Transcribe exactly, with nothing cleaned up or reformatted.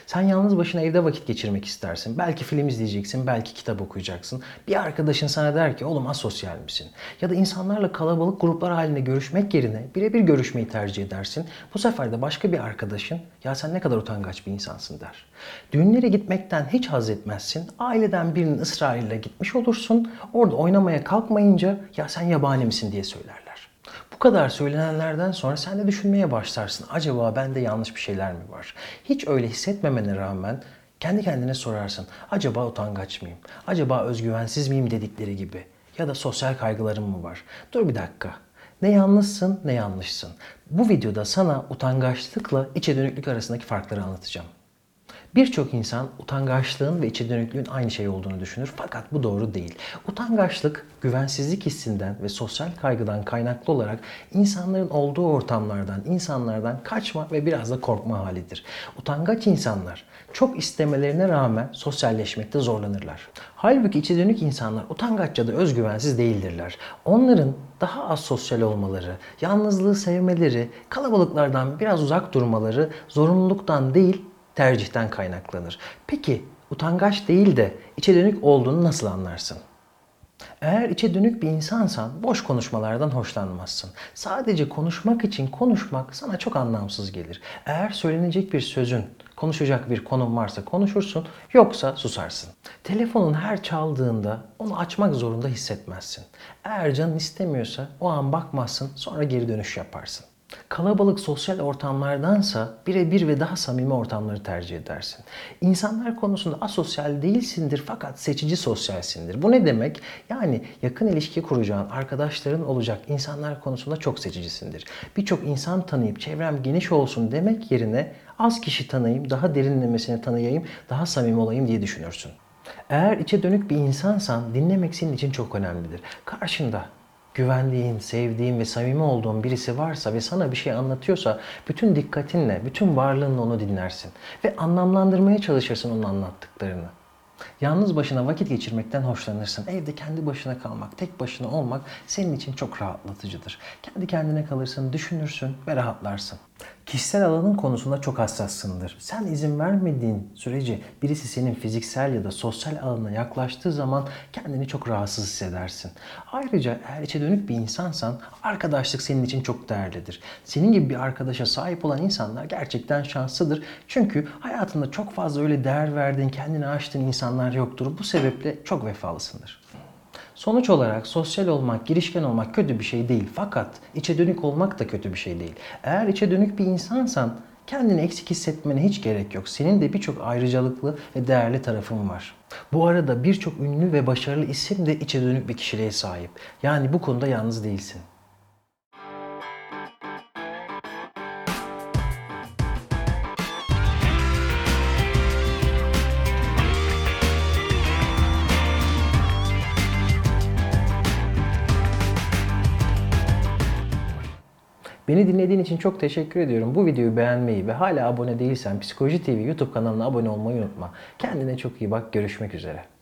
Sen yalnız başına evde vakit geçirmek istersin. Belki film izleyeceksin, belki kitap okuyacaksın. Bir arkadaşın sana der ki oğlum asosyal misin? Ya da insanlarla kalabalık gruplar halinde görüşmek yerine birebir görüşmeyi tercih edersin. Bu sefer de başka bir arkadaşın ya sen ne kadar utangaç bir insansın der. Düğünlere gitmekten hiç haz etmezsin. Aileden birinin ısrarıyla gitmiş olursun. Orada oynamaya kalkmayınca ya sen yabani misin diye söylerler. Bu kadar söylenenlerden sonra sen de düşünmeye başlarsın. Acaba bende yanlış bir şeyler mi var? Hiç öyle hissetmemene rağmen kendi kendine sorarsın. Acaba utangaç mıyım? Acaba özgüvensiz miyim dedikleri gibi? Ya da sosyal kaygılarım mı var? Dur bir dakika. Ne yanlışsın ne yanlışsın. Bu videoda sana utangaçlıkla içe dönüklük arasındaki farkları anlatacağım. Birçok insan utangaçlığın ve içe dönüklüğün aynı şey olduğunu düşünür fakat bu doğru değil. Utangaçlık, güvensizlik hissinden ve sosyal kaygıdan kaynaklı olarak insanların olduğu ortamlardan, insanlardan kaçma ve biraz da korkma halidir. Utangaç insanlar çok istemelerine rağmen sosyalleşmekte zorlanırlar. Halbuki içe dönük insanlar utangaç ya da özgüvensiz değildirler. Onların daha az sosyal olmaları, yalnızlığı sevmeleri, kalabalıklardan biraz uzak durmaları zorunluluktan değil, tercihten kaynaklanır. Peki utangaç değil de içe dönük olduğunu nasıl anlarsın? Eğer içe dönük bir insansan boş konuşmalardan hoşlanmazsın. Sadece konuşmak için konuşmak sana çok anlamsız gelir. Eğer söylenecek bir sözün, konuşacak bir konun varsa konuşursun, yoksa susarsın. Telefonun her çaldığında onu açmak zorunda hissetmezsin. Eğer canın istemiyorsa o an bakmazsın, sonra geri dönüş yaparsın. Kalabalık sosyal ortamlardansa birebir ve daha samimi ortamları tercih edersin. İnsanlar konusunda asosyal değilsindir fakat seçici sosyalsindir. Bu ne demek? Yani yakın ilişki kuracağın, arkadaşların olacak insanlar konusunda çok seçicisindir. Birçok insan tanıyıp çevrem geniş olsun demek yerine az kişi tanıyayım, daha derinlemesine tanıyayım, daha samimi olayım diye düşünürsün. Eğer içe dönük bir insansan dinlemek senin için çok önemlidir. Karşında güvendiğin, sevdiğin ve samimi olduğun birisi varsa ve sana bir şey anlatıyorsa bütün dikkatinle, bütün varlığınla onu dinlersin ve anlamlandırmaya çalışırsın onun anlattıklarını. Yalnız başına vakit geçirmekten hoşlanırsın. Evde kendi başına kalmak, tek başına olmak senin için çok rahatlatıcıdır. Kendi kendine kalırsın, düşünürsün ve rahatlarsın. Kişisel alanın konusunda çok hassassındır. Sen izin vermediğin sürece birisi senin fiziksel ya da sosyal alanına yaklaştığı zaman kendini çok rahatsız hissedersin. Ayrıca eğer içe dönük bir insansan arkadaşlık senin için çok değerlidir. Senin gibi bir arkadaşa sahip olan insanlar gerçekten şanslıdır. Çünkü hayatında çok fazla öyle değer verdiğin, kendini aştığın insanlar yoktur. Bu sebeple çok vefalısındır. Sonuç olarak sosyal olmak, girişken olmak kötü bir şey değil. Fakat içe dönük olmak da kötü bir şey değil. Eğer içe dönük bir insansan kendini eksik hissetmene hiç gerek yok. Senin de birçok ayrıcalıklı ve değerli tarafın var. Bu arada birçok ünlü ve başarılı isim de içe dönük bir kişiliğe sahip. Yani bu konuda yalnız değilsin. Beni dinlediğin için çok teşekkür ediyorum. Bu videoyu beğenmeyi ve hala abone değilsen Psikoloji T V YouTube kanalına abone olmayı unutma. Kendine çok iyi bak. Görüşmek üzere.